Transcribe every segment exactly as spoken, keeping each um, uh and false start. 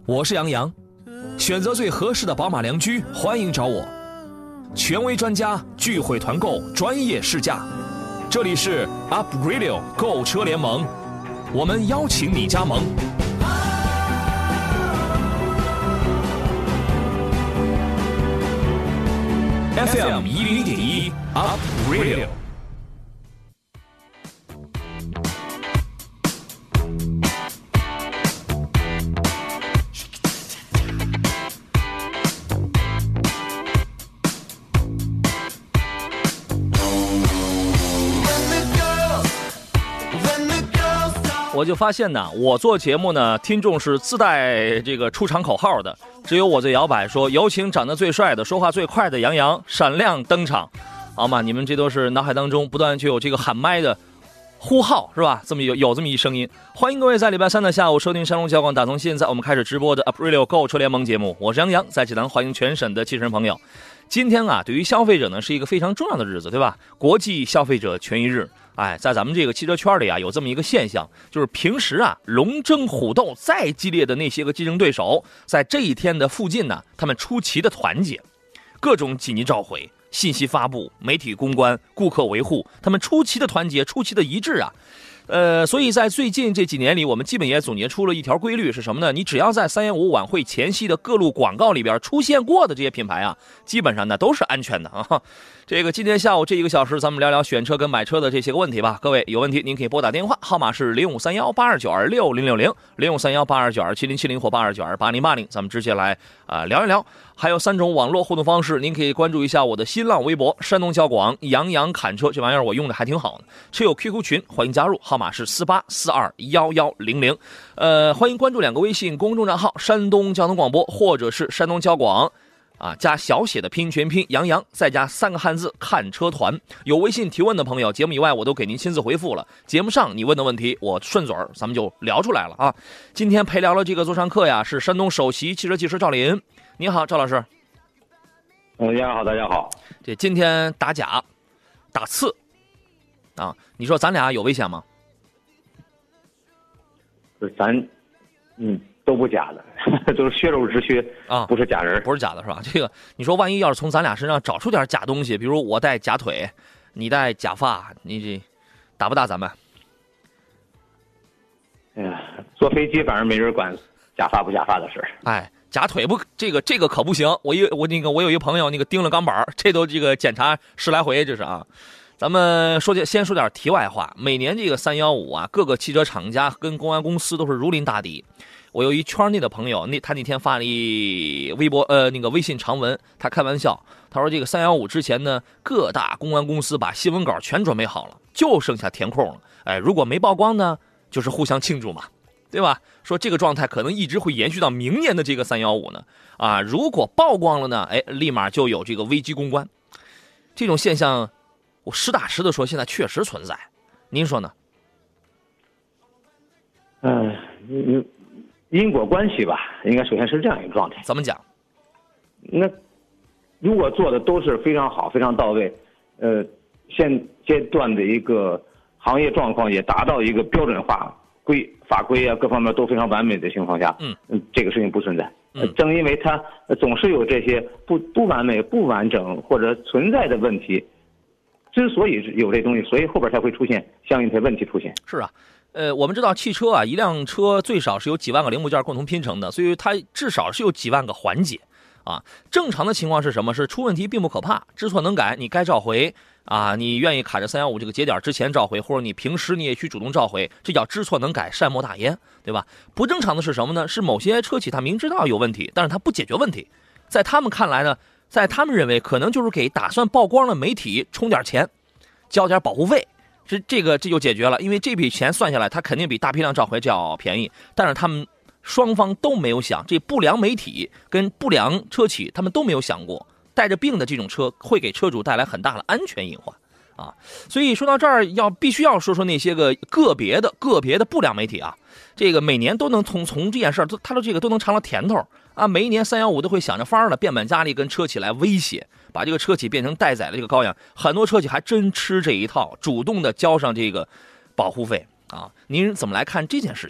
我是杨洋，选择最合适的宝马良驹，欢迎找我。权威专家聚会团购，专业试驾，这里是 Up Radio 购车联盟，我们邀请你加盟。F M 一零一点一 Up Radio。我就发现呢，我做节目呢，听众是自带这个出场口号的，只有我最摇摆说有请长得最帅的、说话最快的杨洋闪亮登场，好吗？你们这都是脑海当中不断就有这个喊麦的呼号，是吧？这么有有这么一声音。欢迎各位在礼拜三的下午收听山东交广打从现在我们开始直播的 Up Radio 购车联盟节目，我是杨洋，在济南欢迎全省的汽车朋友。今天啊，对于消费者呢是一个非常重要的日子，对吧？国际消费者权益日。哎，在咱们这个汽车圈里啊，有这么一个现象，就是平时啊龙争虎斗再激烈的那些个竞争对手，在这一天的附近呢，他们出奇的团结，各种紧急召回、信息发布、媒体公关、顾客维护，他们出奇的团结，出奇的一致啊。呃，所以在最近这几年里，我们基本也总结出了一条规律，是什么呢？你只要在三一五晚会前夕的各路广告里边出现过的这些品牌啊，基本上呢都是安全的啊。这个今天下午这一个小时，咱们聊聊选车跟买车的这些个问题吧。各位有问题，您可以拨打电话，号码是零五三幺八二九二六零六零，零五三幺八二九二七零七零或八二九二八零八零，咱们直接来啊、呃、聊一聊。还有三种网络互动方式，您可以关注一下我的新浪微博山东交广杨洋侃车，这玩意儿我用的还挺好的。车友 Q Q 群欢迎加入，号码是四八四二幺幺零零。呃，欢迎关注两个微信公众账号，山东交通广播或者是山东交广。啊，加小写的拼音全拼杨洋，再加三个汉字看车团。有微信提问的朋友，节目以外我都给您亲自回复了。节目上你问的问题，我顺嘴儿咱们就聊出来了啊。今天陪聊了这个座上客呀，是山东首席汽车技师赵林。你好，赵老师。 嗯，大家好，大家好。 这今天打假、打刺啊，你说咱俩有危险吗？ 咱嗯都不假的。都是血肉之躯啊， 不是假人， 不是假的，是吧？这个你说，万一要是从咱俩身上找出点假东西，比如我戴假腿，你戴假发，你这打不打咱们？ 哎呀，坐飞机反正没人管假发不假发的事儿。 哎，假腿不，这个这个可不行。我一我那个我有一朋友那个钉了钢板，这都这个检查十来回，这是啊。咱们说先说点题外话，每年这个三幺五啊，各个汽车厂家跟公安公司都是如临大敌。我有一圈内的朋友，那他那天发了一微博，呃，那个微信长文，他开玩笑，他说这个三幺五之前呢，各大公安公司把新闻稿全准备好了，就剩下填空了。哎，如果没曝光呢，就是互相庆祝嘛，对吧？说这个状态可能一直会延续到明年的这个三幺五呢。啊，如果曝光了呢，哎，立马就有这个危机公关。这种现象，我实打实的说，现在确实存在。您说呢？ 嗯、呃，你。因果关系吧，应该首先是这样一个状态。 怎么讲？ 那如果做的都是非常好、非常到位，呃，现阶段的一个行业状况也达到一个标准化、规法规啊各方面都非常完美的情况下， 嗯， 这个事情不存在。 嗯， 正因为它总是有这些不不完美、不完整或者存在的问题，之所以有这东西，所以后边才会出现相应的问题出现。 是啊。呃，我们知道汽车啊，一辆车最少是有几万个零部件共同拼成的，所以它至少是有几万个环节啊。正常的情况是什么？是出问题并不可怕，知错能改，你该召回啊，你愿意卡着三幺五这个节点之前召回，或者你平时你也去主动召回，这叫知错能改，善莫大焉，对吧？不正常的是什么呢？是某些车企他明知道有问题，但是他不解决问题，在他们看来呢，在他们认为可能就是给打算曝光的媒体充点钱，交点保护费。这这个这就解决了，因为这笔钱算下来，它肯定比大批量召回这要便宜。但是他们双方都没有想，这不良媒体跟不良车企，他们都没有想过，带着病的这种车会给车主带来很大的安全隐患啊。所以说到这儿，要必须要说说那些个个别的个别的不良媒体啊，这个每年都能从从这件事儿，他的这个都能尝到甜头啊。每一年三幺五都会想着法儿的变本加厉跟车企来威胁。把这个车企变成待宰的这个羔羊，很多车企还真吃这一套，主动的交上这个保护费啊。您怎么来看这件事情？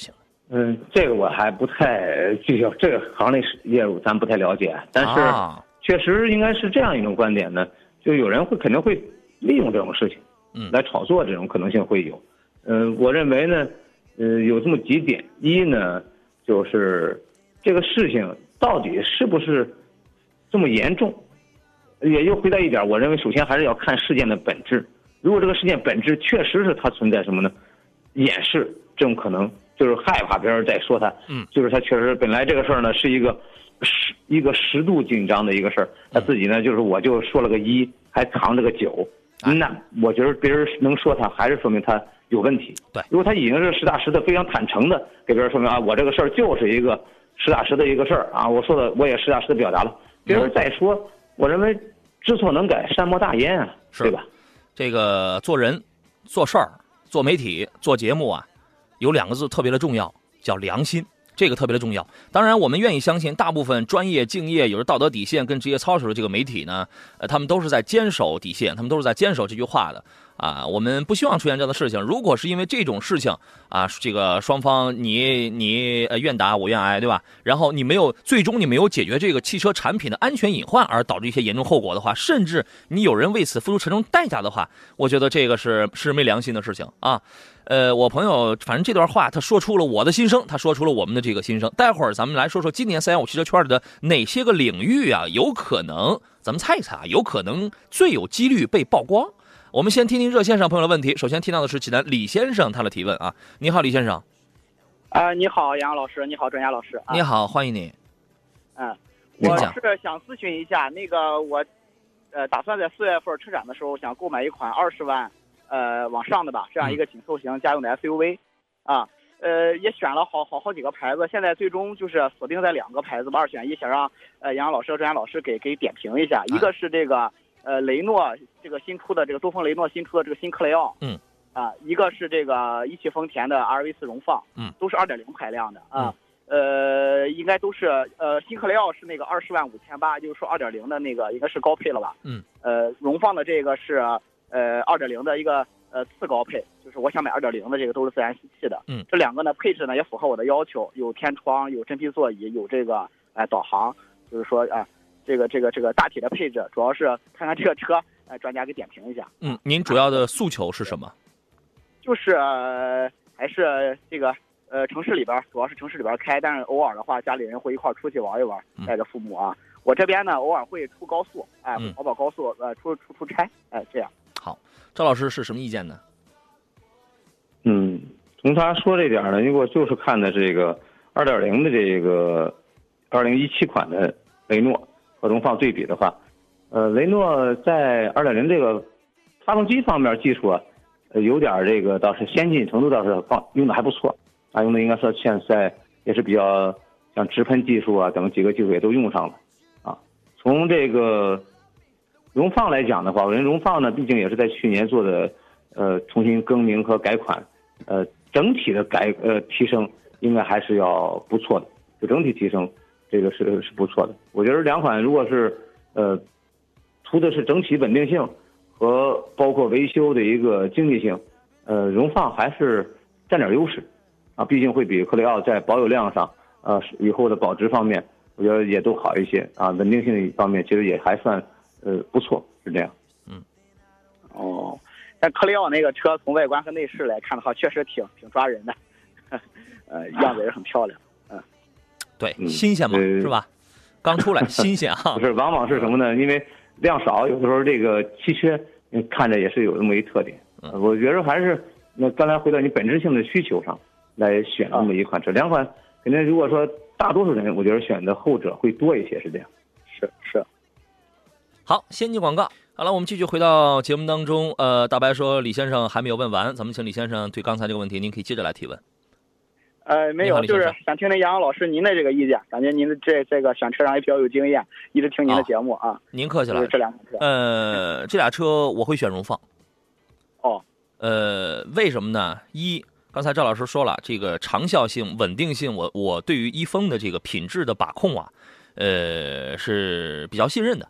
嗯，这个我还不太具体，这个行内业务咱不太了解，但是确实应该是这样一种观点呢，就有人会肯定会利用这种事情，嗯，来炒作，这种可能性会有。嗯、呃，我认为呢，呃，有这么几点，一呢，就是这个事情到底是不是这么严重，也又回到一点，我认为首先还是要看事件的本质。如果这个事件本质确实是它存在什么呢？掩饰这种可能。就是害怕别人再说他，嗯，就是他确实本来这个事儿呢是一个十一个十度紧张的一个事儿，他自己呢就是我就说了个一，还藏着个九，那我觉得别人能说他，还是说明他有问题。 对， 如果他已经是实打实的、非常坦诚的给别人说明啊，我这个事儿就是一个实打实的一个事儿啊，我说的我也实打实的表达了，别人再说，我认为知错能改，善莫大焉啊，对吧？ 这个做人、做事儿、做媒体、做节目啊。有两个字特别的重要，叫良心，这个特别的重要。当然我们愿意相信大部分专业敬业有着道德底线跟职业操守的这个媒体呢，呃，他们都是在坚守底线，他们都是在坚守这句话的啊。我们不希望出现这样的事情。如果是因为这种事情啊，这个双方你你呃愿打我愿挨，对吧？然后你没有最终你没有解决这个汽车产品的安全隐患，而导致一些严重后果的话，甚至你有人为此付出沉重代价的话，我觉得这个是是没良心的事情啊。呃，我朋友反正这段话他说出了我的心声，他说出了我们的这个心声。待会儿咱们来说说今年三幺五汽车圈里的哪些个领域啊，有可能咱们猜一猜啊，有可能最有几率被曝光。我们先听听热线上朋友的问题。首先听到的是济南李先生他的提问啊，你好李先生。 啊、呃，你好杨老师，你好专家老师。啊、 你好，欢迎你。 嗯，我是想咨询一下，那个我，呃，打算在四月份车展的时候想购买一款二十万。呃，往上的吧，这样一个紧凑型家用的 S U V， 啊，呃，也选了好好好几个牌子，现在最终就是锁定在两个牌子吧，二选一，想让呃杨老师和专家老师给给点评一下。一个是这个呃雷诺这个新出的这个东风雷诺新出的这个新克雷奥，嗯，啊，一个是这个一汽丰田的 R V 四荣放，嗯，都是二点零排量的啊，嗯、呃，应该都是呃新克雷奥是那个二十万五千八，就是说二点零的那个应该是高配了吧，嗯，呃，荣放的这个是。呃，二点零的一个呃次高配，就是我想买二点零的这个都是自然吸气的。嗯，这两个呢配置呢也符合我的要求，有天窗，有真皮座椅，有这个哎、呃、导航，就是说啊、呃、这个这个这个大体的配置，主要是看看这个车，哎、呃、专家给点评一下。 嗯，您主要的诉求是什么？ 就是、呃、还是这个呃城市里边，主要是城市里边开，但是偶尔的话家里人会一块出去玩一玩，带着父母啊。嗯、我这边呢偶尔会出高速，哎、呃，跑跑高速，呃出出出差，哎、呃、这样。 好，赵老师是什么意见呢？ 嗯，从他说这点呢，因为我就是看的这个二点零的这个二零一七款的雷诺和荣放对比的话，呃，雷诺在二点零这个发动机方面技术啊，呃，有点这个倒是先进程度倒是放用的还不错啊，用的应该说现在也是比较像直喷技术啊等几个技术也都用上了啊。从这个荣放来讲的话，我认为荣放呢，毕竟也是在去年做的，呃，重新更名和改款，呃，整体的改呃提升应该还是要不错的，就整体提升这个是是不错的。我觉得两款如果是呃，图的是整体稳定性和包括维修的一个经济性，呃，荣放还是占点优势，啊，毕竟会比克雷奥在保有量上，呃，以后的保值方面，我觉得也都好一些啊，稳定性方面其实也还算。呃，不错，是这样。 嗯，哦，但克雷奥那个车从外观和内饰来看的话，确实挺挺抓人的，呃，样子也很漂亮。嗯， 对，新鲜嘛，呃、是吧？刚出来，新鲜啊。 不是，往往是什么呢？因为量少，有的时候这个稀缺，看着也是有这么一特点。嗯、我觉得还是那刚才回到你本质性的需求上来选这么一款车，两款肯定如果说大多数人，我觉得选的后者会多一些，是这样。 是是。 好，先进广告。好了，我们继续回到节目当中。呃，大白说李先生还没有问完，咱们请李先生对刚才这个问题，您可以接着来提问。 呃，没有，就是想听听杨洋老师您的这个意见，感觉您的这这个选车上也比较有经验，一直听您的节目啊。 哦、您客气了。 这两车， 呃，这俩车我会选荣放。 哦。 呃，为什么呢？一，刚才赵老师说了，这个长效性、稳定性，我我对于一丰的这个品质的把控啊，呃，是比较信任的。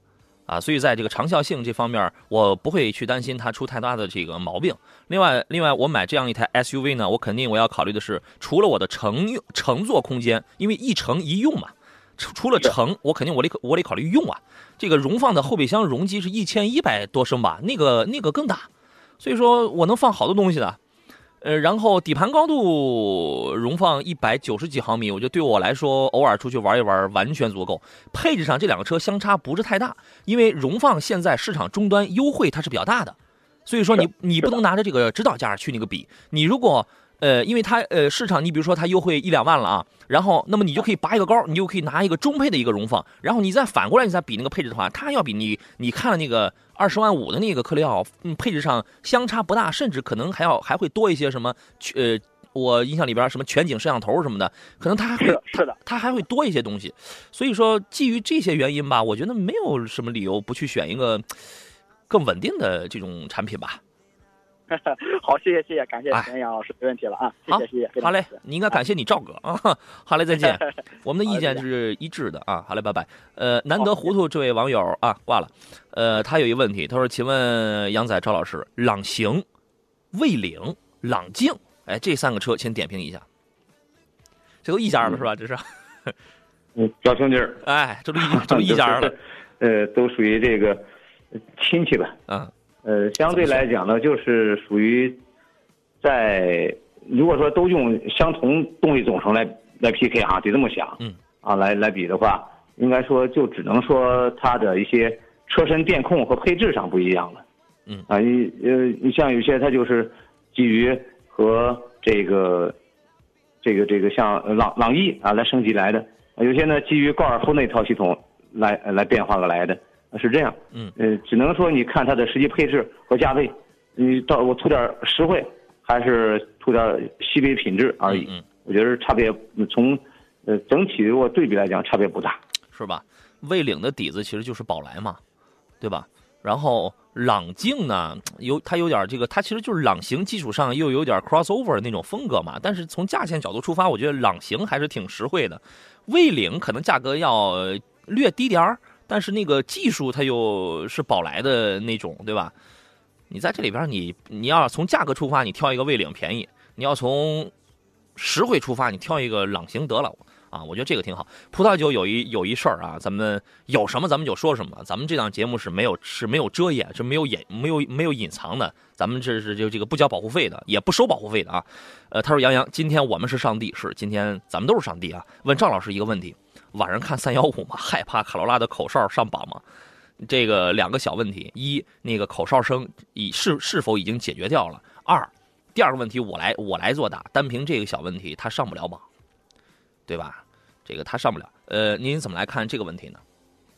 啊，所以在这个长效性这方面，我不会去担心它出太大的这个毛病。另外，另外我买这样一台 S U V 呢，我肯定我要考虑的是，除了我的乘用乘坐空间，因为一乘一用嘛，除除了乘，我肯定我得我得考虑用啊。这个容放的后备箱容积是一千一百多升吧，那个那个更大，所以说我能放好多东西的。呃，然后底盘高度容放一百九十几毫米，我觉得对我来说，偶尔出去玩一玩完全足够。配置上这两个车相差不是太大，因为容放现在市场终端优惠它是比较大的，所以说你你不能拿着这个指导价去那个比。你如果呃，因为它呃市场，你比如说它优惠一两万了啊，然后那么你就可以拔一个高，你就可以拿一个中配的一个容放，然后你再反过来你再比那个配置的话，它要比你你看了那个二十万五的那个科雷傲，嗯，配置上相差不大，甚至可能还要还会多一些什么呃，我印象里边什么全景摄像头什么的，可能它还会是的， 它还会多一些东西。所以说基于这些原因吧，我觉得没有什么理由不去选一个更稳定的这种产品吧。 好，谢谢谢谢，感谢陈阳老师，没问题了啊，谢谢谢谢。 好嘞，你应该感谢你赵哥啊。好嘞，再见。我们的意见是一致的啊。好嘞，拜拜。呃，难得糊涂这位网友啊挂了。呃，他有一个问题，他说：“请问杨仔赵老师，朗行、蔚领、朗境，哎，这三个车请点评一下。这都一家的是吧？这是。 嗯，表兄弟儿， 哎，这都一这都一家的。 呃，都属于这个亲戚吧？ 啊。” 呃，相对来讲呢，就是属于在如果说都用相同动力总成来来 P K 啊，得这么想， 嗯， 啊，来来比的话，应该说就只能说它的一些车身电控和配置上不一样了， 嗯， 啊，你呃，你像有些它就是基于和这个这个这个像朗朗逸啊来升级来的，有些呢基于高尔夫那套系统来来变化过来的。是这样， 嗯， 呃，只能说你看它的实际配置和价位，你到我图点实惠，还是图点细微品质而已。 嗯，嗯我觉得差别从呃整体如果对比来讲，差别不大， 是吧？蔚领的底子其实就是宝来嘛，对吧？然后朗境呢，有它有点这个，它其实就是朗行基础上又有点 crossover 那种风格嘛。但是从价钱角度出发，我觉得朗行还是挺实惠的，蔚领可能价格要略低点儿。但是那个技术它又是宝来的那种，对吧？你在这里边你你要从价格出发，你挑一个蔚领便宜；你要从实惠出发，你挑一个朗行得了啊！我觉得这个挺好。葡萄酒有一有一事儿啊，咱们有什么咱们就说什么，咱们这档节目是没有是没有遮掩，是没有隐没有没有隐藏的，咱们这是就这个不交保护费的，也不收保护费的啊。呃，他说杨洋，今天我们是上帝，是今天咱们都是上帝啊。问赵老师一个问题。晚上看三幺五吗？害怕卡罗拉的口哨上榜吗？这个两个小问题：一，那个口哨声已是是否已经解决掉了？二，第二个问题我来我来作答。单凭这个小问题，它上不了榜，对吧？这个它上不了。呃，您怎么来看这个问题呢？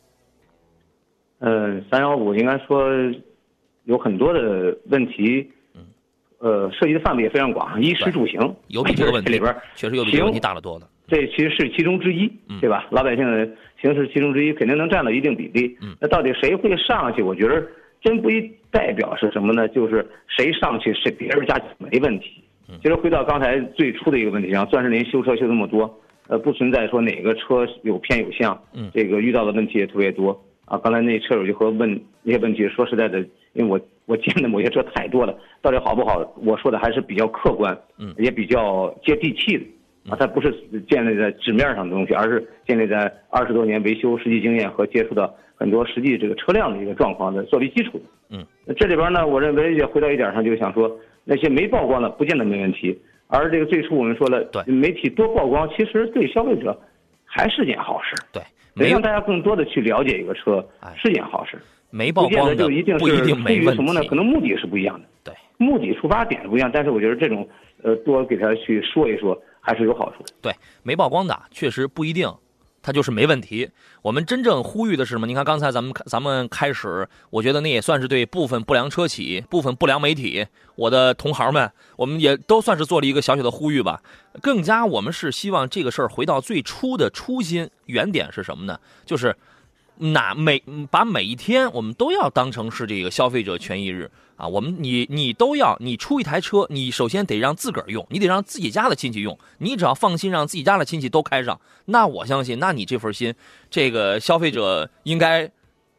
呃，三幺五应该说有很多的问题，呃，涉及的范围也非常广，衣食住行有比这个问题里边确实有比这个问题大得多的。 这其实是其中之一， 嗯、 对吧？老百姓的形式其中之一，肯定能占到一定比例。 嗯， 那到底谁会上去？我觉得真不一代表是什么呢？就是谁上去，谁别人家没问题。 嗯， 其实回到刚才最初的一个问题上，钻石林修车修这么多，呃，不存在说哪个车有偏有向， 嗯， 这个遇到的问题也特别多啊。刚才那车友就和问那些问题，说实在的，因为我我见的某些车太多了，到底好不好？我说的还是比较客观， 嗯， 也比较接地气的。啊，它不是建立在纸面上的东西，而是建立在二十多年维修实际经验和接触到很多实际这个车辆的一个状况的作为基础的。 嗯， 这里边呢，我认为也回到一点上，就是想说那些没曝光的不见得没问题，而这个最初我们说了， 对媒体多曝光，其实对消费者还是件好事。 对， 得让大家更多的去了解一个车，哎、是件好事。 没曝光的就一定不一定没问题。 什么呢？可能目的是不一样的。 对， 目的出发点不一样，但是我觉得这种呃多给他去说一说。还是有好处的。 对，没曝光的确实不一定，它就是没问题。我们真正呼吁的是什么？你看刚才咱们咱们开始，我觉得那也算是对部分不良车企、部分不良媒体，我的同行们，我们也都算是做了一个小小的呼吁吧。更加我们是希望这个事儿回到最初的初心，原点是什么呢？就是哪每把每一天我们都要当成是这个消费者权益日。啊，我们你你都要，你出一台车，你首先得让自个儿用，你得让自己家的亲戚用，你只要放心让自己家的亲戚都开上，那我相信，那你这份心，这个消费者应该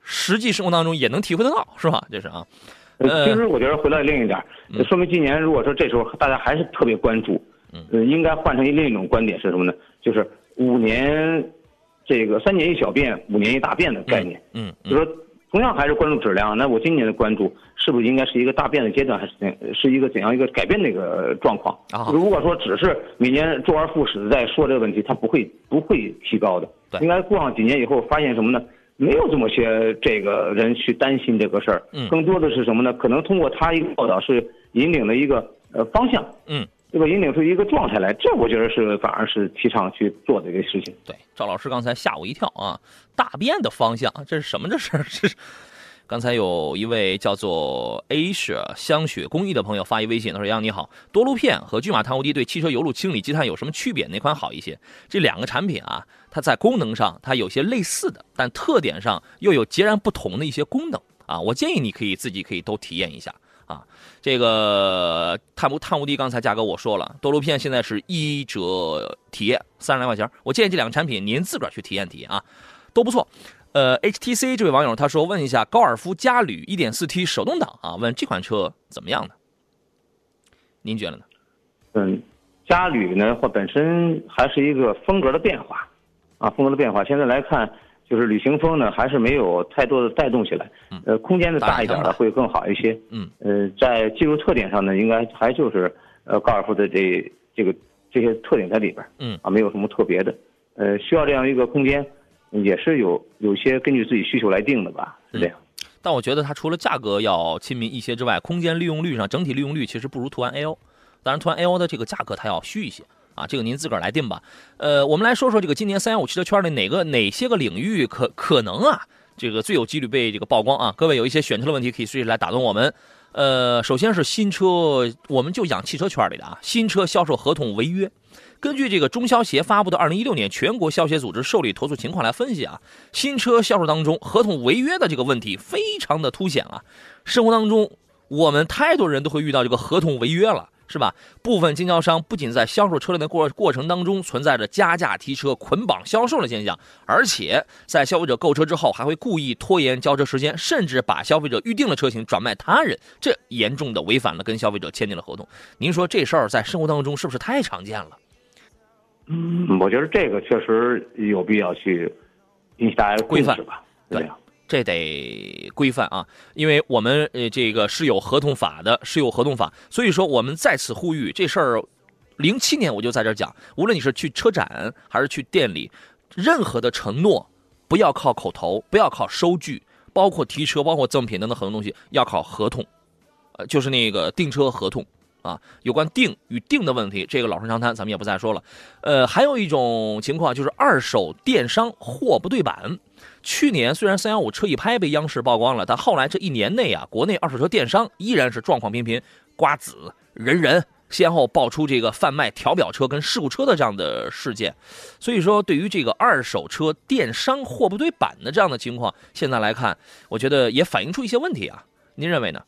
实际生活当中也能体会得到，是吧？这是啊。 呃，其实我觉得回到另一点，嗯、说明今年如果说这时候大家还是特别关注，嗯，呃、应该换成另一种观点是什么呢？就是五年这个三年一小变，五年一大变的概念。嗯，嗯嗯就说同样还是关注质量，那我今年的关注是不是应该是一个大变的阶段，还是怎是一个怎样一个改变的一个状况？啊，如果说只是每年周而复始的在说这个问题，它不会不会提高的。对，应该过上几年以后发现什么呢？没有这么些这个人去担心这个事儿，嗯，更多的是什么呢？可能通过他一个报道是引领了一个呃方向，嗯，这个引领出一个状态来，这我觉得是反而是提倡去做的一个事情。 对，赵老师刚才吓我一跳啊，大变的方向，这是什么？这是这是。刚才有一位叫做 Asia 香雪公益的朋友发一微信，他说：“杨你好，多氯片和聚马碳污滴对汽车油路清理积碳有什么区别？哪款好一些？”这两个产品啊，它在功能上它有些类似的，但特点上又有截然不同的一些功能啊。我建议你可以自己可以都体验一下啊。这个碳污碳污滴刚才价格我说了，多氯片现在是一折体验三十来块钱，我建议这两个产品您自个儿去体验体验啊，都不错。呃 ，H T C 这位网友他说问一下高尔夫嘉旅 一点四 T 手动挡啊，问这款车怎么样呢？您觉得呢？ 嗯，嘉旅呢，或本身还是一个风格的变化，啊，风格的变化。现在来看，就是旅行风呢，还是没有太多的带动起来。嗯。呃，空间的大一点的会更好一些。嗯。呃，在技术特点上呢，应该还就是呃高尔夫的这这个这些特点在里边。嗯。啊，没有什么特别的。呃，需要这样一个空间。也是有有些根据自己需求来定的吧，是这样。 嗯、但我觉得它除了价格要亲民一些之外，空间利用率上整体利用率其实不如途安 A O。当然，途安 A O 的这个价格它要虚一些啊，这个您自个儿来定吧。呃，我们来说说这个今年三幺五汽车圈里哪个哪些个领域可可能啊，这个最有几率被这个曝光啊。各位有一些选车的问题可以随时来打动我们。呃，首先是新车，我们就讲汽车圈里的啊，新车销售合同违约。根据这个中消协发布的二零一六年全国消协组织受理投诉情况来分析啊，新车销售当中合同违约的这个问题非常的凸显啊。生活当中我们太多人都会遇到这个合同违约了，是吧？部分经销商不仅在销售车辆的过过程当中存在着加价提车、捆绑销售的现象，而且在消费者购车之后还会故意拖延交车时间，甚至把消费者预定的车型转卖他人，这严重的违反了跟消费者签订的合同。您说这事儿在生活当中是不是太常见了？ 嗯，我觉得这个确实有必要去引起大家规范吧。 对，这得规范啊，因为我们呃这个是有合同法的，是有合同法，所以说我们在此呼吁这事儿。零七年我就在这讲，无论你是去车展还是去店里，任何的承诺不要靠口头，不要靠收据，包括提车、包括赠品等等很多东西，要靠合同，呃，就是那个订车合同。啊，有关定与定的问题，这个老生常谈，咱们也不再说了。呃，还有一种情况就是二手电商货不对版。去年虽然三幺五车一拍被央视曝光了，但后来这一年内啊，国内二手车电商依然是状况频频，瓜子、人人先后爆出这个贩卖调表车跟事故车的这样的事件。所以说，对于这个二手车电商货不对版的这样的情况，现在来看，我觉得也反映出一些问题啊。您认为呢？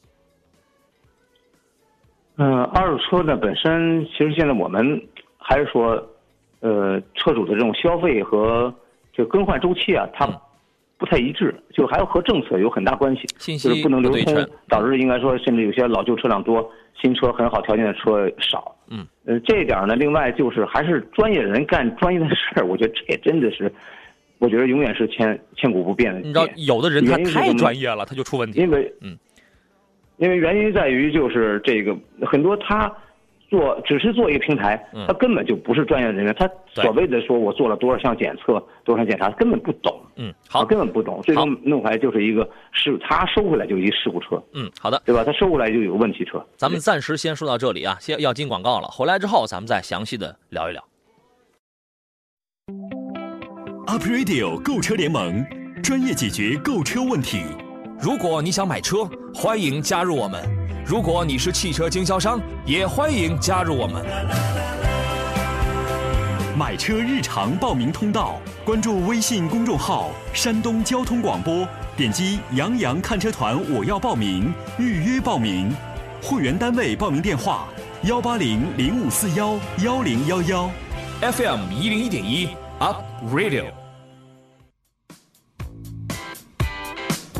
嗯，二手车呢本身，其实现在我们还是说，呃，车主的这种消费和这个更换周期啊，它不太一致，就还有和政策有很大关系， 信息就是不能流通，导致应该说甚至有些老旧车辆多，新车很好条件的车少。嗯，呃，这一点呢，另外就是还是专业人干专业的事儿，我觉得这真的是，我觉得永远是千千古不变的。 你知道，有的人他太专业了，他就出问题。 因为嗯。因为原因在于就是这个很多他做只是做一个平台，嗯、他根本就不是专业人员，他所谓的说我做了多少项检测、多少项检查，根本不懂。 嗯，好， 根本不懂，最终弄回来就是一个事，他收回来就一事故车。 嗯，好的， 对吧？他收回来就有问题车。 咱们暂时先说到这里啊，先要进广告了，回来之后咱们再详细的聊一聊。 Up Radio 购车联盟，专业解决购车问题。 如果你想买车，欢迎加入我们；如果你是汽车经销商，也欢迎加入我们。 买车日常报名通道，关注微信公众号山东交通广播，点击杨洋看车团我要报名，预约报名。会员单位报名电话：幺八零零五四幺幺零幺幺 ，F M 一零一点一 Up Radio。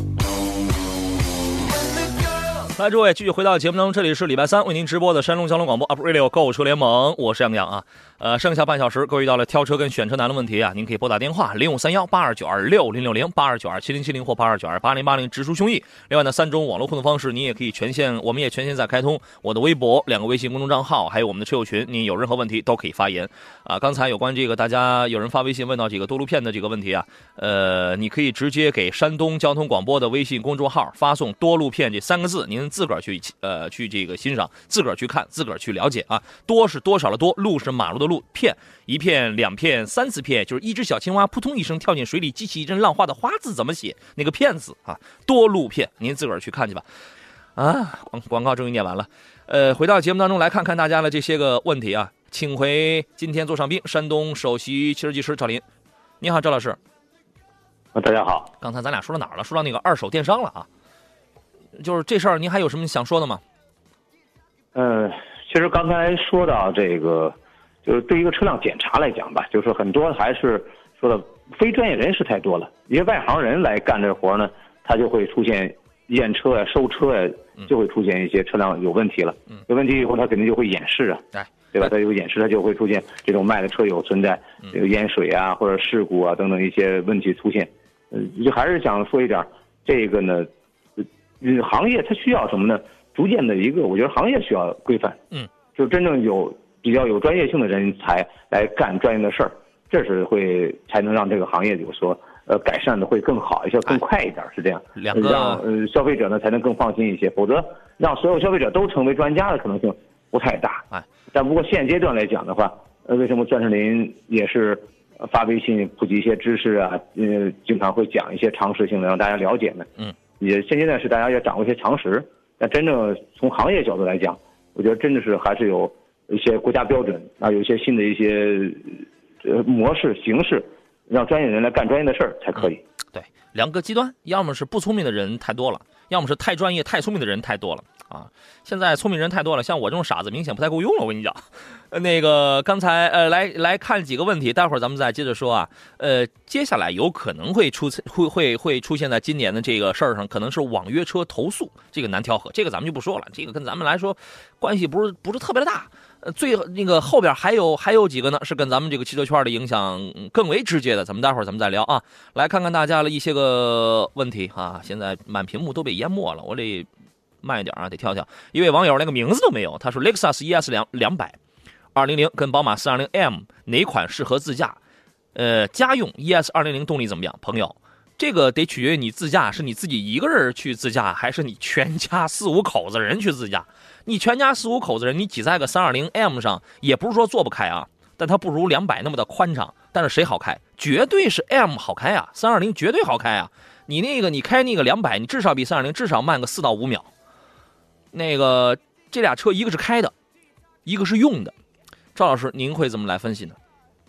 来，诸位继续回到节目当中，这里是礼拜三为您直播的山东交通广播 Up Radio 购车联盟，我是杨洋啊。呃，剩下半小时，各位遇到了挑车跟选车难的问题啊，您可以拨打电话零五三幺八二九二六零六零八二九二七零七零或八二九二八零八零，直抒胸臆。另外呢，三种网络互动方式，您也可以全线，我们也全线在开通我的微博、两个微信公众账号，还有我们的车友群，您有任何问题都可以发言啊。刚才有关这个，大家有人发微信问到几个多路片的这个问题啊，呃，你可以直接给山东交通广播的微信公众号发送多路片这三个字，您自个儿去呃去这个欣赏，自个儿去看，自个儿去了解啊。多是多少的多，路是马路的路，片一片两片三次片，就是一只小青蛙扑通一声跳进水里，激起一阵浪花的花字怎么写？那个片字啊，多路片，您自个儿去看去吧。啊，广广告终于念完了。呃，回到节目当中来看看大家的这些个问题啊，请回今天座上宾，山东首席汽车技师赵林。你好，赵老师。 啊，大家好。 刚才咱俩说到哪儿了？说到那个二手电商了啊。就是这事儿，您还有什么想说的吗？ 呃，其实刚才说到这个，就是对一个车辆检查来讲吧，就是很多还是说的非专业人士太多了，一些外行人来干这活呢，他就会出现验车呀、收车呀，就会出现一些车辆有问题了。嗯，有问题以后，他肯定就会掩饰啊， 哎， 对吧？他有掩饰，他就会出现这种卖的车有存在这个淹水啊或者事故啊等等一些问题出现。嗯，就还是想说一点，这个呢。嗯，行业它需要什么呢？逐渐的一个，我觉得行业需要规范。嗯，就真正有比较有专业性的人才来干专业的事儿，这是会才能让这个行业有所呃改善的会更好一些，更快一点，是这样。 两个让呃消费者呢才能更放心一些，否则让所有消费者都成为专家的可能性不太大。哎，但不过现阶段来讲的话，呃，为什么钻石林也是发微信普及一些知识啊？呃，经常会讲一些常识性的让大家了解呢？嗯。也现阶段是大家要掌握一些常识，但真正从行业角度来讲，我觉得真的是还是有一些国家标准啊，有一些新的一些呃模式形式，让专业人来干专业的事儿才可以。 嗯、对，两个极端，要么是不聪明的人太多了，要么是太专业、太聪明的人太多了啊。现在聪明人太多了，像我这种傻子明显不太够用了。我跟你讲，呃、那个刚才呃来来看几个问题，待会儿咱们再接着说啊。呃，接下来有可能会出会会会出现在今年的这个事儿上，可能是网约车投诉这个难调和，这个咱们就不说了，这个跟咱们来说关系不是不是特别的大。呃，最那个后边还有还有几个呢，是跟咱们这个汽车圈的影响更为直接的，咱们待会儿咱们再聊啊。来看看大家的一些个问题啊，现在满屏幕都被淹没了，我得慢一点啊，得跳跳。一位网友那个名字都没有，他说 Lexus E S 两两百二零零跟宝马四二零 M 哪款适合自驾？呃，家用 E S 二零零动力怎么样？朋友，这个得取决于你自驾是你自己一个人去自驾，还是你全家四五口子人去自驾。你全家四五口子人，你挤在个三二零 M 上，也不是说坐不开啊，但它不如两百那么的宽敞。但是谁好开？绝对是 M 好开啊，三二零绝对好开啊。你那个你开那个两百，你至少比三二零至少慢个四到五秒。那个这俩车一个是开的，一个是用的。赵老师，您会怎么来分析呢？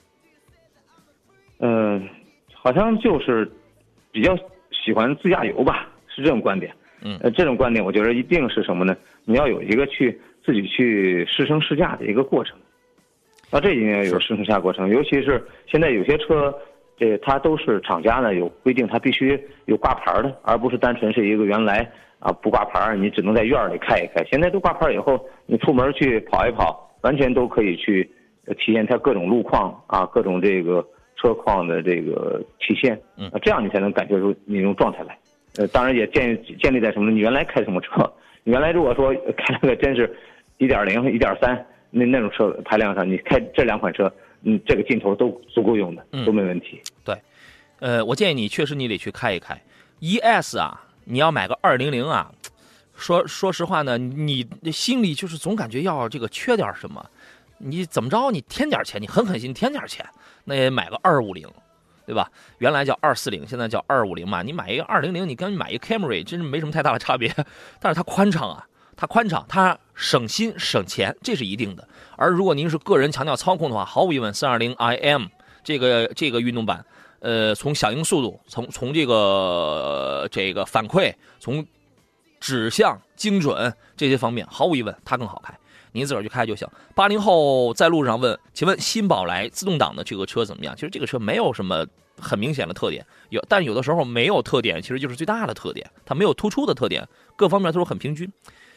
嗯、呃，好像就是比较喜欢自驾游吧，是这种观点。嗯，呃，这种观点我觉得一定是什么呢？你要有一个去自己去试乘试驾的一个过程。啊，这一定要有试乘试驾过程，尤其是现在有些车，这它都是厂家呢有规定，它必须有挂牌的，而不是单纯是一个原来啊不挂牌，你只能在院里开一开。现在都挂牌以后，你出门去跑一跑，完全都可以去体验它各种路况啊，各种这个车况的这个体现。嗯，啊，这样你才能感觉出那种状态来。呃，当然也建建立在什么呢？你原来开什么车？你原来如果说开了个真是一点零、一点三那那种车排量上，你开这两款车，嗯，这个劲头都足够用的，都没问题。 嗯、对，呃，我建议你确实你得去开一开 E S 啊，你要买个二零零啊，说说实话呢，你心里就是总感觉要这个缺点什么，你怎么着你添点钱，你狠狠心添点钱，那也买个二五零。对吧？原来叫二四零，现在叫二五零嘛。你买一个二零零，你跟买一个 Camry 真是没什么太大的差别，但是它宽敞啊，它宽敞，它省心省钱，这是一定的。而如果您是个人强调操控的话，毫无疑问 ，四二零 I M 这个这个运动版，呃，从响应速度，从从这个、呃、这个反馈，从指向精准这些方面，毫无疑问它更好开。您自个儿去开就行。八零后在路上问，请问新宝来自动挡的这个车怎么样？其实这个车没有什么很明显的特点，有，但有的时候没有特点，其实就是最大的特点，它没有突出的特点，各方面都是很平均。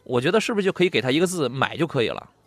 我觉得是不是就可以给他一个字买就可以了？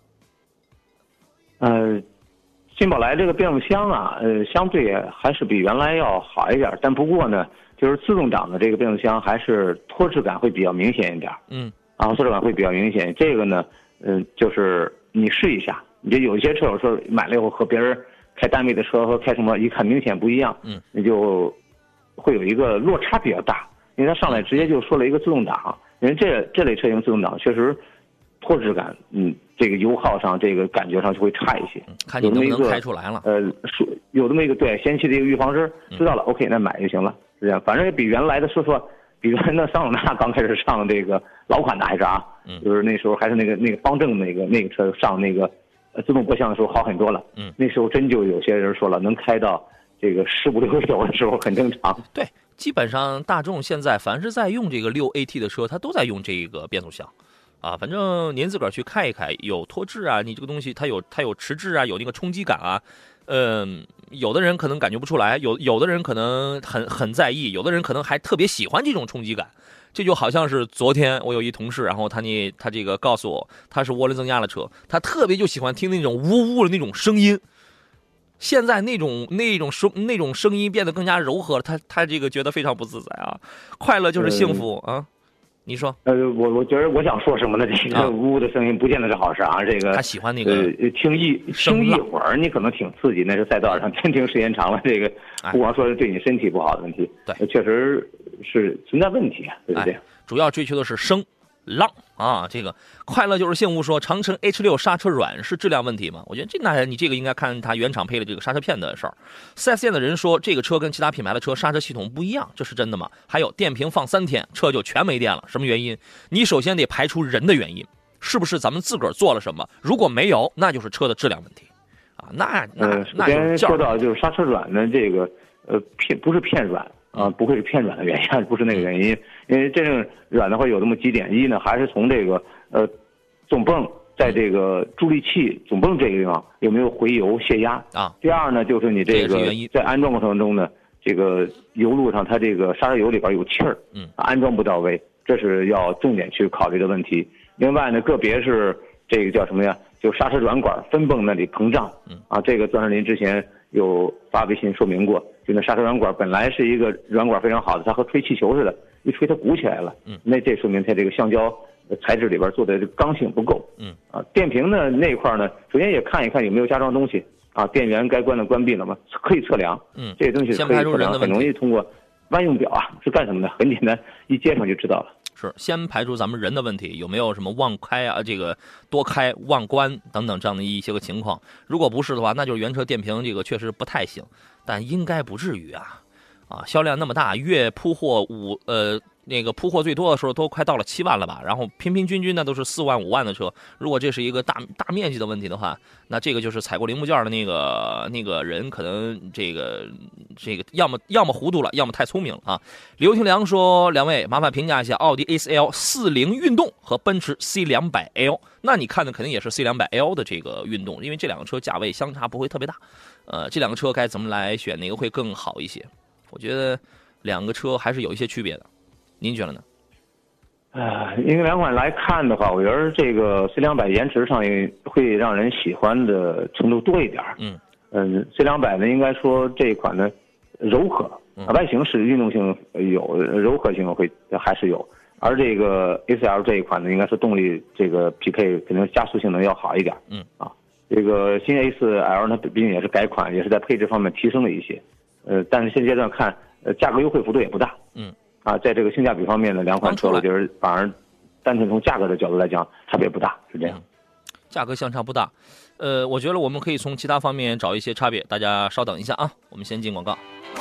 呃，新宝来这个变速箱啊，呃，相对还是比原来要好一点，但不过呢，就是自动挡的这个变速箱还是拖滞感会比较明显一点。 嗯， 啊，拖滞感会比较明显。这个呢，嗯、呃，就是你试一下，你就有一些车友说买了以后和别人开单位的车和开什么一看明显不一样， 嗯， 那就会有一个落差比较大，因为他上来直接就说了一个自动挡，因为这这类车型自动挡确实拖滞感，嗯，这个油耗上这个感觉上就会差一些。 嗯、看你能不能开出来了。 呃，有这么一个对先期的一个预防针，知道了、嗯、，OK， 那买就行了，是这样。反正也比原来的说说，比原来的桑塔纳刚开始上这个老款的还是啊， 嗯， 就是那时候还是那个那个方正那个那个车上那个自动波箱的时候好很多了。 嗯， 那时候真就有些人说了，能开到这个十五六九的时候很正常。 对，基本上大众现在凡是在用这个六 A T 的车，它都在用这个变速箱。啊，反正您自个儿去看一看，有脱质啊，你这个东西它有它有迟滞啊，有那个冲击感啊，嗯，有的人可能感觉不出来，有有的人可能很很在意，有的人可能还特别喜欢这种冲击感。这就好像是昨天我有一同事，然后他那他这个告诉我，他是涡轮增压的车，他特别就喜欢听那种呜呜的那种声音。现在那种那种声那种声音变得更加柔和了，他他这个觉得非常不自在啊。快乐就是幸福、嗯、啊。你说， 呃，我我觉得我想说什么呢？这个呜呜的声音不见得是好事啊。这个他喜欢那个呃，听一听一会儿，你可能挺刺激，那是赛道上；真听时间长了，这个不光说是对你身体不好的问题， 对、 哎，确实是存在问题啊，对不对？ 哎、主要追求的是声浪啊。这个快乐就是幸福说，长城 H 六 刹车软是质量问题吗？我觉得这那你这个应该看它原厂配的这个刹车片的事儿。四 S 店的人说，这个车跟其他品牌的车刹车系统不一样，这是真的吗？还有电瓶放三天，车就全没电了，什么原因？你首先得排除人的原因，是不是咱们自个儿做了什么？如果没有，那就是车的质量问题啊。那那、呃、那就是说到就是刹车软的这个呃片不是片软。啊，不会是偏软的原因，不是那个原因，因为真正软的话有这么几点：一呢，还是从这个呃总泵在这个助力器总泵这个地方有没有回油泄压啊； 第二呢，就是你这个在安装过程中呢，这个油路上它这个刹车油里边有气儿， 嗯， 安装不到位，这是要重点去考虑的问题。另外呢，个别是这个叫什么呀？就刹车软管分泵那里膨胀， 嗯啊，这个钻石林之前有发微信说明过。就那刹车软管本来是一个软管非常好的，它和吹气球似的，一吹它鼓起来了。 嗯， 那这说明它这个橡胶材质里边做的刚性不够。 嗯， 啊，电瓶呢那一块呢，首先也看一看有没有加装东西啊，电源该关的关闭了吗？可以测量。 嗯， 这个东西可以测量，很容易通过万用表啊是干什么的？很简单，一接上就知道了。 是先排除咱们人的问题，有没有什么忘开啊，这个多开忘关等等这样的一些个情况。如果不是的话，那就是原车电瓶这个确实不太行，但应该不至于啊。啊，销量那么大，月铺货五呃那个铺货最多的时候都快到了七万了吧，然后平平均均呢都是四万五万的车。如果这是一个大大面积的问题的话，那这个就是采购零部件的那个那个人可能这个这个要么要么糊涂了，要么太聪明了啊。刘廷良说，两位麻烦评价一下奥迪 A 四 L 四零运动和奔驰 C 两百 L。那你看的肯定也是 C 两百 L 的这个运动，因为这两个车价位相差不会特别大。呃，这两个车该怎么来选，哪个会更好一些？我觉得两个车还是有一些区别的，您觉得呢？ 呃，因为两款来看的话，我觉得这个 C 两百颜值上也会让人喜欢的程度多一点。 嗯嗯 ，C 两百呢，应该说这一款呢柔和， 嗯、 外形是运动性有，柔和性会还是有。而这个 A 四 L 这一款呢，应该是动力这个匹配肯定加速性能要好一点。 嗯啊，这个新 A 四 L 呢，毕竟也是改款，也是在配置方面提升了一些。呃，但是现阶段看，呃，价格优惠幅度也不大。 嗯， 啊，在这个性价比方面呢，两款车我觉得反而单纯从价格的角度来讲，差别不大，是这样。 嗯、价格相差不大，呃，我觉得我们可以从其他方面找一些差别。大家稍等一下啊，我们先进广告。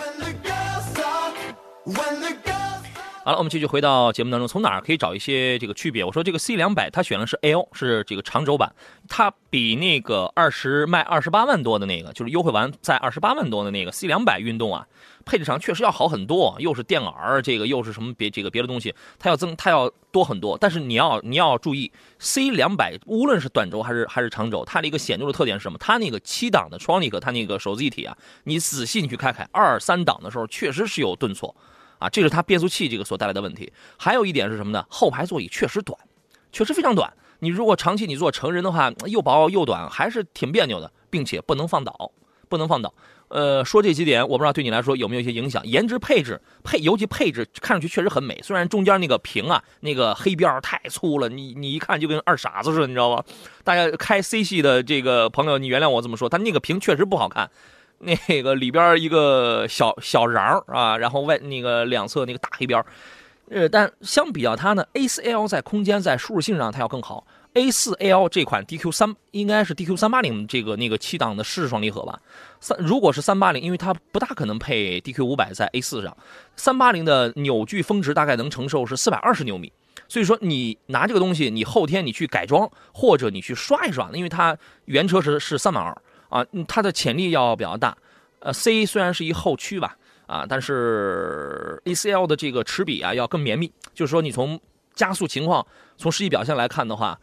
好了，我们继续回到节目当中，从哪儿可以找一些这个区别？我说这个 C 两百它选的是 L， 是这个长轴版，它比那个二十卖二十八万多的那个，就是优惠完在二十八万多的那个 C 两百运动啊，配置上确实要好很多，又是电耳，这个又是什么别这个别的东西，它要增它要多很多。但是你要你要注意 ，C 两百无论是短轴还是还是长轴，它的一个显著的特点是什么？它那个七档的 Tronic 它那个手自一体啊，你仔细你去开开，二三档的时候确实是有顿挫。啊，这是它变速器这个所带来的问题。还有一点是什么呢？后排座椅确实短， 确实非常短。你如果长期你做成人的话，又薄又短，还是挺别扭的，并且不能放倒，不能放倒。呃，说这几点，我不知道对你来说有没有一些影响。颜值配置配，尤其配置看上去确实很美，虽然中间那个屏啊，那个黑边太粗了，你你一看就跟二傻子似的，你知道吗？大家开 C 系的这个朋友，你原谅我这么说，它那个屏确实不好看。那个里边一个小小瓤啊，然后外那个两侧那个大黑边，呃，但相比较它呢 ，A 四 L 在空间在舒适性上它要更好。A 四 L 这款 D Q 三应该是 D Q 三八零这个那个七档的湿式双离合吧？三如果是三八零，因为它不大可能配 D Q 五百在 A 四 上，三八零的扭矩峰值大概能承受是四百二十牛米。所以说你拿这个东西，你后天你去改装或者你去刷一刷，因为它原车是是三百二。啊，它的潜力要比较大，呃 ，C 虽然是一后驱吧，啊，但是 A 四 L 的这个齿比啊要更绵密，就是说你从加速情况、从实际表现来看的话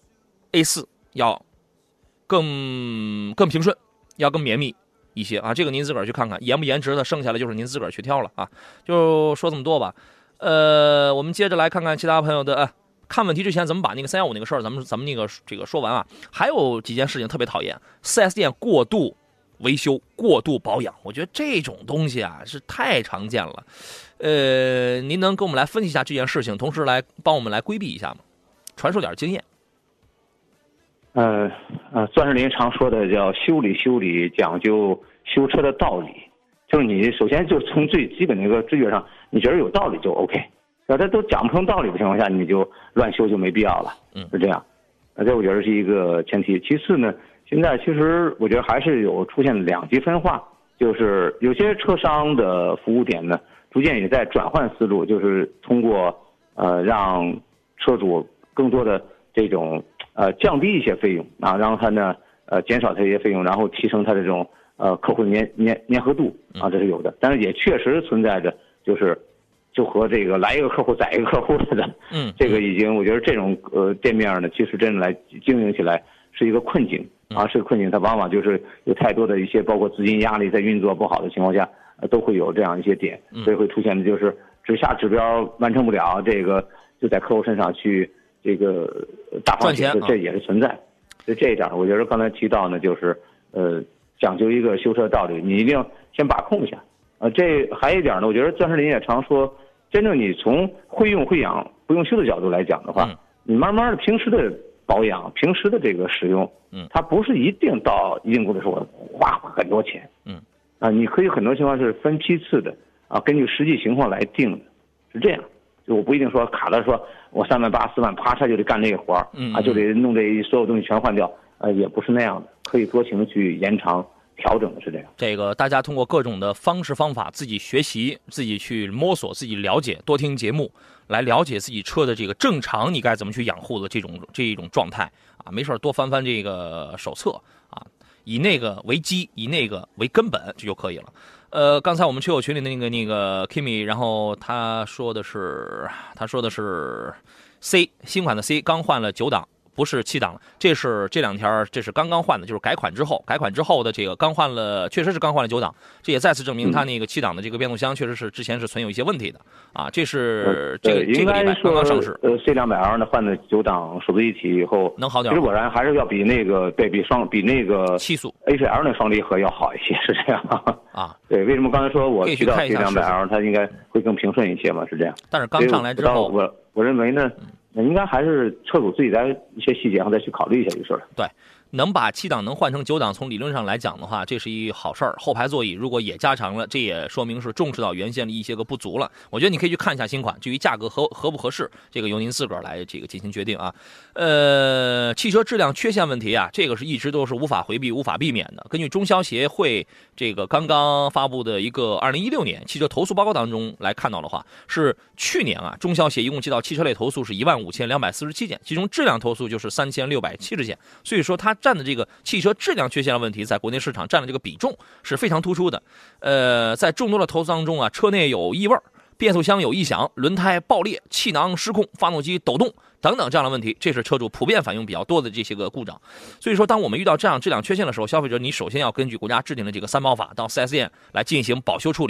，A 四 要更更平顺，要更绵密一些啊。这个您自个儿去看看，颜不颜值的，剩下的就是您自个儿去挑了啊。就说这么多吧，呃，我们接着来看看其他朋友的。呃看问题之前，咱们把那个三一五那个事儿，咱们咱们那个这个说完啊。还有几件事情特别讨厌， 四 S 店过度维修、过度保养，我觉得这种东西啊是太常见了。呃，您能跟我们来分析一下这件事情，同时来帮我们来规避一下吗？传授点经验。 呃呃，钻石林常说的叫修理修理讲究修车的道理，就是你首先就从最基本的一个知觉上，你觉得有道理就 OK。要他都讲不成道理的情况下，你就乱修就没必要了， 嗯， 是这样。呃，这我觉得是一个前提。其次呢，现在其实我觉得还是有出现两极分化，就是有些车商的服务点呢，逐渐也在转换思路，就是通过呃让车主更多的这种呃降低一些费用啊，让他呢呃减少他一些费用，然后提升他的这种呃客户粘粘粘合度啊，这是有的。但是也确实存在着就是。就和这个来一个客户宰一个客户似的， 嗯， 这个已经我觉得这种呃店面呢，其实真的来经营起来是一个困境啊，是个困境。它往往就是有太多的一些包括资金压力，在运作不好的情况下，呃，都会有这样一些点，所以会出现的就是直下指标完成不了，这个就在客户身上去这个大放血，这也是存在。所以这一点，我觉得刚才提到呢，就是呃讲究一个修车道理，你一定要先把控一下。呃，这还有一点呢，我觉得钻石林也常说。真正你从会用会养不用修的角度来讲的话， 嗯、 你慢慢的平时的保养、平时的这个使用， 嗯，它不是一定到一定步的时候花很多钱， 嗯， 啊，你可以很多情况是分批次的啊，根据实际情况来定的，是这样。就我不一定说卡了，说我三万八四万啪嚓就得干这个活儿， 嗯， 啊，就得弄这所有东西全换掉，呃，也不是那样的，可以多情去延长。调整的是这样， 这个大家通过各种的方式方法，自己学习，自己去摸索，自己了解，多听节目，来了解自己车的这个正常你该怎么去养护的这种这一种状态啊。没事多翻翻这个手册啊，以那个为基，以那个为根本，这就可以了。呃，刚才我们车友群里的那个那个 Kimi， 然后他说的是他说的是 C 新款的 C 刚换了九档。不是七档了，这是这两天这是刚刚换的，就是改款之后，改款之后的这个刚换了，确实是刚换了九档，这也再次证明它那个七档的这个变速箱确实是之前是存有一些问题的啊。这是这个这个礼拜刚刚上市。 呃 ，C 两百 L 呢换的九档手自一体以后能好点， 其实果然还是要比那个对比双比那个七速 A 四 L 那双离合要好一些，是这样啊。 对，为什么刚才说我提到 C 两百 L 它应该会更平顺一些嘛？是这样。 但是刚上来之后， 我我认为呢。嗯那应该还是车主自己在一些细节上再去考虑一下这个事儿。 对，能把七档能换成九档，从理论上来讲的话，这是一好事儿。后排座椅如果也加长了，这也说明是重视到原先的一些个不足了。我觉得你可以去看一下新款，至于价格合合不合适，这个由您自个儿来这个进行决定啊。呃，汽车质量缺陷问题啊，这个是一直都是无法回避、无法避免的。根据中消协会这个刚刚发布的一个二零一六年汽车投诉报告当中来看到的话，是去年啊，中消协一共接到汽车类投诉是一万五千两百四十七件，其中质量投诉就是三千六百七十件，所以说它占的这个汽车质量缺陷的问题，在国内市场占的这个比重是非常突出的。呃，在众多的投诉当中啊，车内有异味、变速箱有异响、轮胎爆裂、气囊失控、发动机抖动等等这样的问题，这是车主普遍反映比较多的这些个故障。所以说，当我们遇到这样质量缺陷的时候，消费者你首先要根据国家制定的这个三保法到 四 S 店来进行保修处理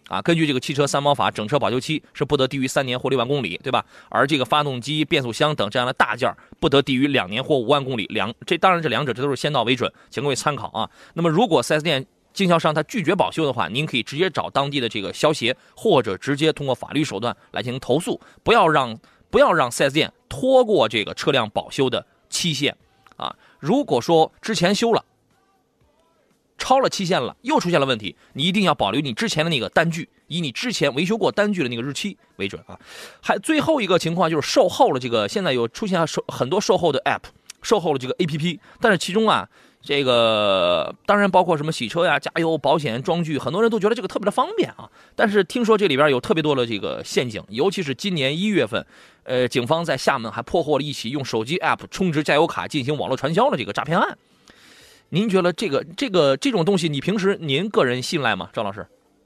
啊，根据这个汽车三包法，整车保修期是不得低于三年或六万公里，对吧？而这个发动机、变速箱等这样的大件不得低于两年或五万公里。两这当然这两者这都是先到为准，请各位参考啊。那么如果 四 S 店经销商他拒绝保修的话，您可以直接找当地的这个消协，或者直接通过法律手段来进行投诉，不要让不要让 四 S 店拖过这个车辆保修的期限啊。如果说之前修了，超了期限了，又出现了问题，你一定要保留你之前的那个单据，以你之前维修过单据的那个日期为准啊。还最后一个情况就是售后了，这个现在有出现很多售后的 app， 售后了这个 A P P， 但是其中啊，这个当然包括什么洗车呀、加油、保险、装具，很多人都觉得这个特别的方便啊。但是听说这里边有特别多的这个陷阱，尤其是今年一月份，呃，警方在厦门还破获了一起用手机 app 充值加油卡进行网络传销的这个诈骗案。您觉得这个这个这种东西，你平时您个人信赖吗，赵老师？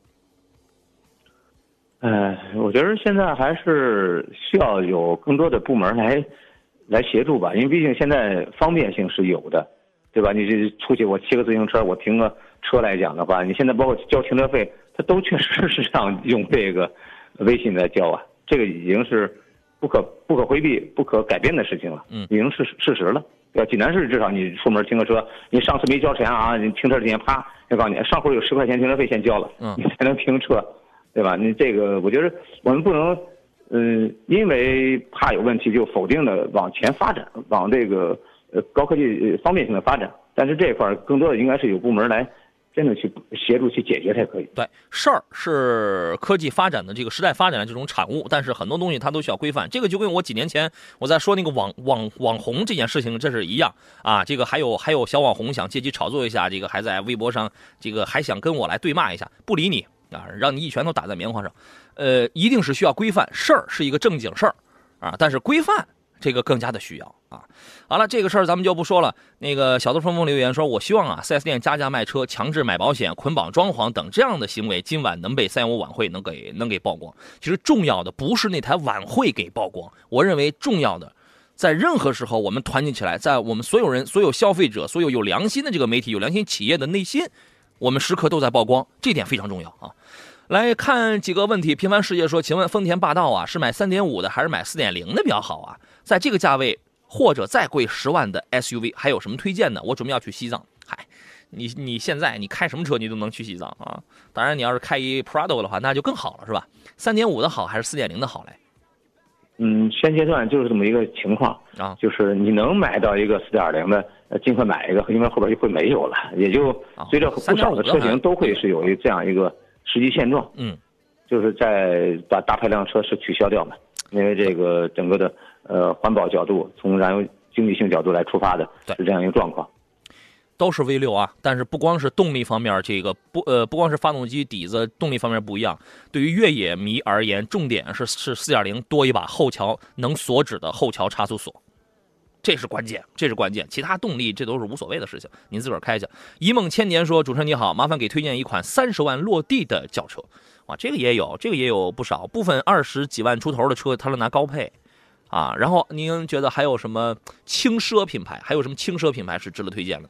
呃，我觉得现在还是需要有更多的部门来来协助吧，因为毕竟现在方便性是有的，对吧？你这出去我骑个自行车，我停个车来讲的话，你现在包括交停车费，它都确实是让用这个微信来交啊，这个已经是不可不可回避、不可改变的事情了，嗯，已经是事实了。对吧？济南市至少你出门停个车，你上次没交钱啊，你停车之前啪，要告诉你上回有十块钱停车费先交了，嗯，你才能停车，对吧？你这个我觉得我们不能，嗯、呃，因为怕有问题就否定的往前发展，往这个呃高科技方便性的发展。但是这一块更多的应该是有部门来真的去协助去解决才可以。 对，事儿是科技发展的这个时代发展的这种产物，但是很多东西它都需要规范。这个就跟我几年前我在说那个网网网红这件事情，这是一样啊。这个还有还有小网红想借机炒作一下，这个还在微博上这个还想跟我来对骂一下，不理你啊，让你一拳头打在棉花上。呃，一定是需要规范，事儿是一个正经事儿啊，但是规范这个更加的需要啊。好了，这个事儿咱们就不说了。那个小豆峰峰留言说，我希望啊 四 S 店加价卖车、强制买保险、捆绑装潢等这样的行为，今晚能被三幺五晚会能给能给曝光。其实重要的不是那台晚会给曝光，我认为重要的，在任何时候我们团结起来，在我们所有人、所有消费者、所有有良心的这个媒体、有良心企业的内心，我们时刻都在曝光，这点非常重要啊。来看几个问题。平凡世界说，请问丰田霸道啊，是买 三点五 的还是买 四点零 的比较好啊？在这个价位或者再贵十万的 S U V 还有什么推荐呢？我准备要去西藏。嗨，你你现在你开什么车你都能去西藏啊？当然你要是开一 Prado 的话那就更好了，是吧？ 三点五 的好还是 四点零 的好嘞？ 嗯，现阶段就是这么一个情况啊，就是你能买到一个 四点零 的，呃，尽快买一个，因为后边就会没有了，也就随着不少的车型都会是有一这样一个实际现状。嗯，就是在把大排量车是取消掉嘛，因为这个整个的呃环保角度，从燃油经济性角度来出发的，是这样一个状况。 都是 V 六 啊，但是不光是动力方面，这个不呃不光是发动机底子动力方面不一样。对于越野迷而言，重点是是 四点零 多一把后桥能锁止的后桥差速锁，这是关键，这是关键。其他动力这都是无所谓的事情，您自个儿开去。一梦千年说，主持人你好，麻烦给推荐一款三十万落地的轿车。哇，这个也有，这个也有不少，部分二十几万出头的车，它是拿高配。啊，然后您觉得还有什么轻奢品牌？还有什么轻奢品牌是值得推荐的？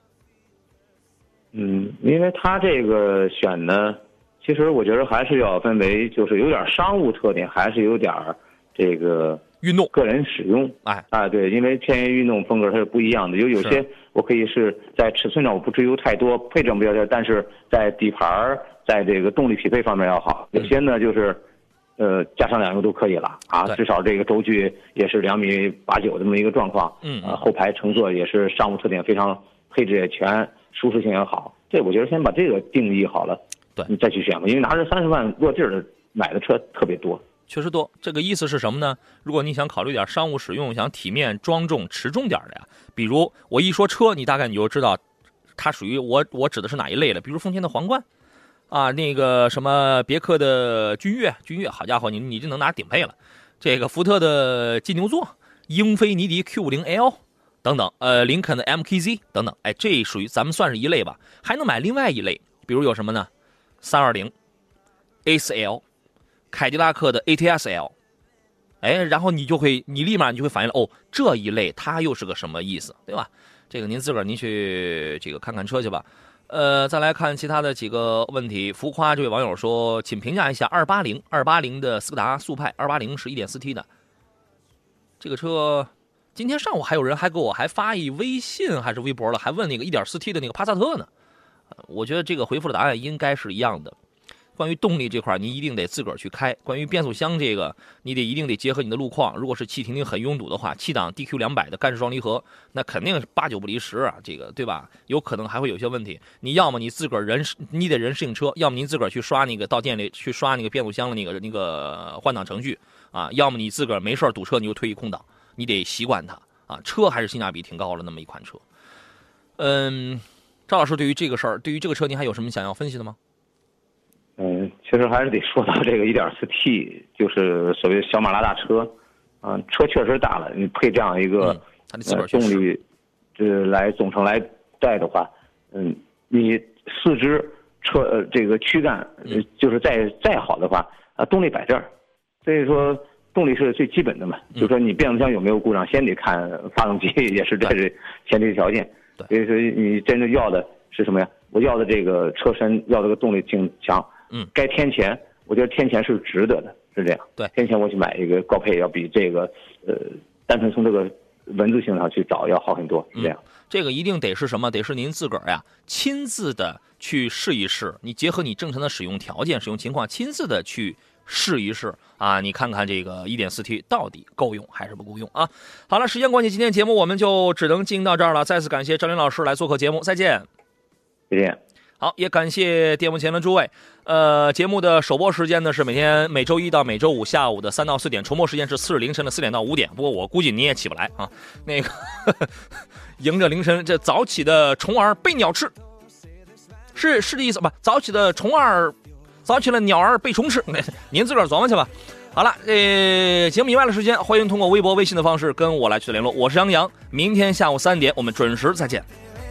嗯，因为它这个选呢，其实我觉得还是要分为，就是有点商务特点，还是有点这个运动个人使用。哎啊，对，因为偏运动风格它是不一样的。有有些我可以是在尺寸上我不追求太多，配置比较，但是在底盘在这个动力匹配方面要好。有些呢就是。呃，加上两个都可以了啊，至少这个轴距也是两米八九这么一个状况，嗯，呃，后排乘坐也是商务特点非常，配置也全，舒适性也好。这我觉得先把这个定义好了，对，你再去选吧，因为拿着三十万落地的买的车特别多， 确实多。这个意思是什么呢？如果你想考虑点商务使用，想体面、庄重、持重点的呀，比如我一说车，你大概你就知道它属于我我指的是哪一类了，比如丰田的皇冠。啊，那个什么别克的君越，君越，好家伙，你你就能拿顶配了。这个福特的金牛座，英菲尼迪 Q 五十 L 等等，呃，林肯的 M K Z 等等，哎，这属于咱们算是一类吧。还能买另外一类，比如有什么呢？三二零 A 四 L， 凯迪拉克的 A T S L， 哎，然后你就会，你立马你就会反应了，哦，这一类它又是个什么意思，对吧？这个您自个儿您去这个看看车去吧。 呃，再来看其他的几个问题。浮夸这位网友说，请评价一下二八零二八零的斯柯达速派，二八零是 一点四 T 的这个车。今天上午还有人还给我还发一微信还是微博了，还问那个 一点四 T 的那个帕萨特呢。我觉得这个回复的答案应该是一样的。关于动力这块，你一定得自个儿去开。关于变速箱这个，你得一定得结合你的路况。如果是气停停很拥堵的话，七档 D Q 两百的干式双离合，那肯定是八九不离十啊，这个对吧？有可能还会有些问题。你要么你自个儿人，你得人适应车；要么您自个儿去刷那个到店里去刷那个变速箱的那个那个换挡程序啊；要么你自个儿没事堵车你就推一空档，你得习惯它啊。车还是性价比挺高的那么一款车。嗯，赵老师对于这个事儿，对于这个车您还有什么想要分析的吗？ 嗯，其实还是得说到这个 一点四 T， 就是所谓小马拉大车，啊、呃，车确实大了，你配这样一个、 嗯、它的呃动力，这来总成来带的话，嗯，你四肢车呃这个躯干，呃、就是再再好的话，啊、呃，动力摆这儿，所以说动力是最基本的嘛，嗯、就是说你变速箱有没有故障，先得看发动机，也是这是前提条件。所以说你真正要的是什么呀？我要的这个车身，要这个动力挺强。 嗯， 该添钱，我觉得添钱是值得的，是这样。 对， 添钱我去买一个高配，要比这个呃，单纯从这个文字性上去找要好很多，是这样、 嗯。这个一定得是什么？得是您自个儿呀，亲自的去试一试。你结合你正常的使用条件、使用情况，亲自的去试一试啊！你看看这个 一点四 T 到底够用还是不够用啊？好了，时间关系，今天节目我们就只能进行到这儿了。再次感谢张林老师来做客节目，再见。 再见。 好，也感谢电幕前的诸位。呃，节目的首播时间呢是每天每周一到每周五下午的三到四点，重播时间是次日凌晨的四点到五点。不过我估计你也起不来啊。那个呵呵迎着凌晨这早起的虫儿被鸟吃，是是这意思吧？早起的虫儿，早起的鸟儿被虫吃，您自个儿琢磨去吧。好了，呃，节目以外的时间，欢迎通过微博、微信的方式跟我来去联络。我是杨洋，明天下午三点我们准时再见。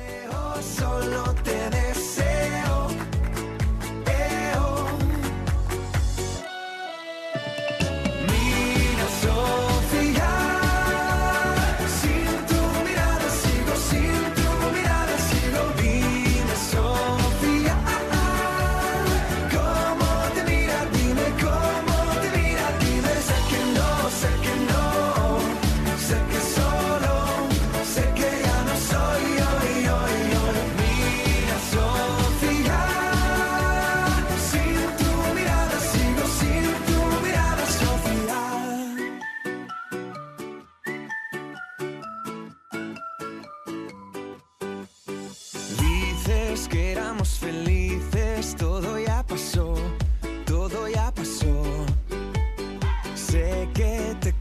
Que éramos felices, todo ya pasó, todo ya pasó. Sé que te